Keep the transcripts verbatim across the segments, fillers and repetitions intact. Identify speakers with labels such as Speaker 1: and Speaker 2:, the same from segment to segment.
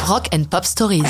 Speaker 1: Rock and Pop Stories.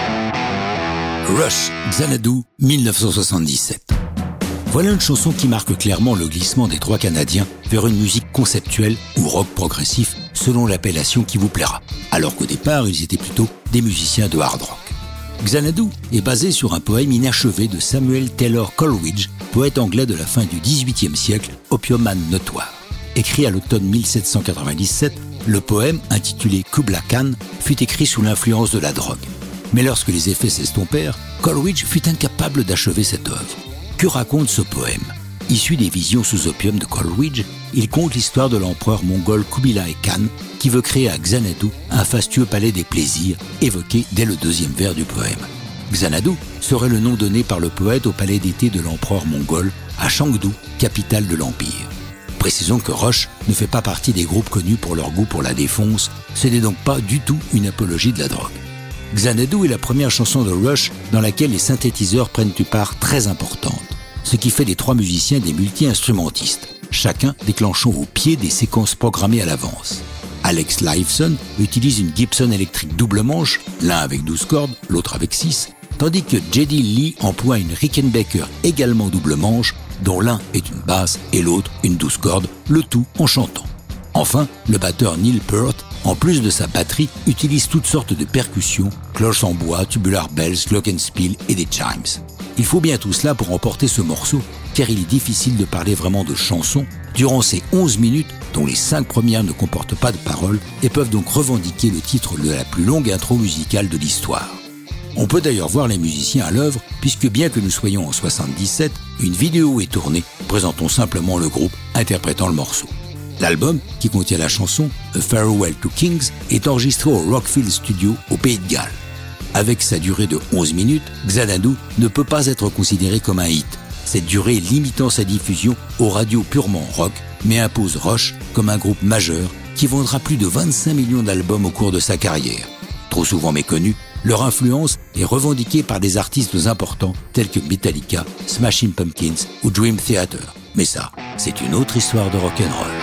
Speaker 2: Rush, Xanadu, dix-neuf cent soixante-dix-sept. Voilà une chanson qui marque clairement le glissement des trois Canadiens vers une musique conceptuelle ou rock progressif selon l'appellation qui vous plaira, alors qu'au départ, ils étaient plutôt des musiciens de hard rock. Xanadu est basé sur un poème inachevé de Samuel Taylor Coleridge, poète anglais de la fin du dix-huitième siècle, opiumane notoire. Écrit à l'automne mille sept cent quatre-vingt-dix-sept, le poème, intitulé Kubla Khan, fut écrit sous l'influence de la drogue. Mais lorsque les effets s'estompèrent, Coleridge fut incapable d'achever cette œuvre. Que raconte ce poème ? Issu des visions sous opium de Coleridge, il conte l'histoire de l'empereur mongol Kubilai Khan qui veut créer à Xanadu un fastueux palais des plaisirs, évoqué dès le deuxième vers du poème. Xanadu serait le nom donné par le poète au palais d'été de l'empereur mongol à Chengdu, capitale de l'empire. Précisons que Rush ne fait pas partie des groupes connus pour leur goût pour la défonce, ce n'est donc pas du tout une apologie de la drogue. Xanadu est la première chanson de Rush dans laquelle les synthétiseurs prennent une part très importante, ce qui fait des trois musiciens des multi-instrumentistes, chacun déclenchant au pied des séquences programmées à l'avance. Alex Lifeson utilise une Gibson électrique double manche, l'un avec douze cordes, l'autre avec six, tandis que J D Lee emploie une Rickenbacker également double manche, dont l'un est une basse et l'autre une douze cordes, le tout en chantant. Enfin, le batteur Neil Peart, en plus de sa batterie, utilise toutes sortes de percussions, cloches en bois, tubular bells, glockenspiel et des chimes. Il faut bien tout cela pour emporter ce morceau, car il est difficile de parler vraiment de chanson durant ces onze minutes dont les cinq premières ne comportent pas de paroles et peuvent donc revendiquer le titre de la plus longue intro musicale de l'histoire. On peut d'ailleurs voir les musiciens à l'œuvre, puisque bien que nous soyons en soixante-dix-sept, une vidéo est tournée, présentant simplement le groupe interprétant le morceau. L'album, qui contient la chanson A Farewell to Kings, est enregistré au Rockfield Studio au Pays de Galles. Avec sa durée de onze minutes, Xanadu ne peut pas être considéré comme un hit, cette durée limitant sa diffusion aux radios purement rock, mais impose Rush comme un groupe majeur qui vendra plus de vingt-cinq millions d'albums au cours de sa carrière. Trop souvent méconnus, leur influence est revendiquée par des artistes importants tels que Metallica, Smashing Pumpkins ou Dream Theater. Mais ça, c'est une autre histoire de rock'n'roll.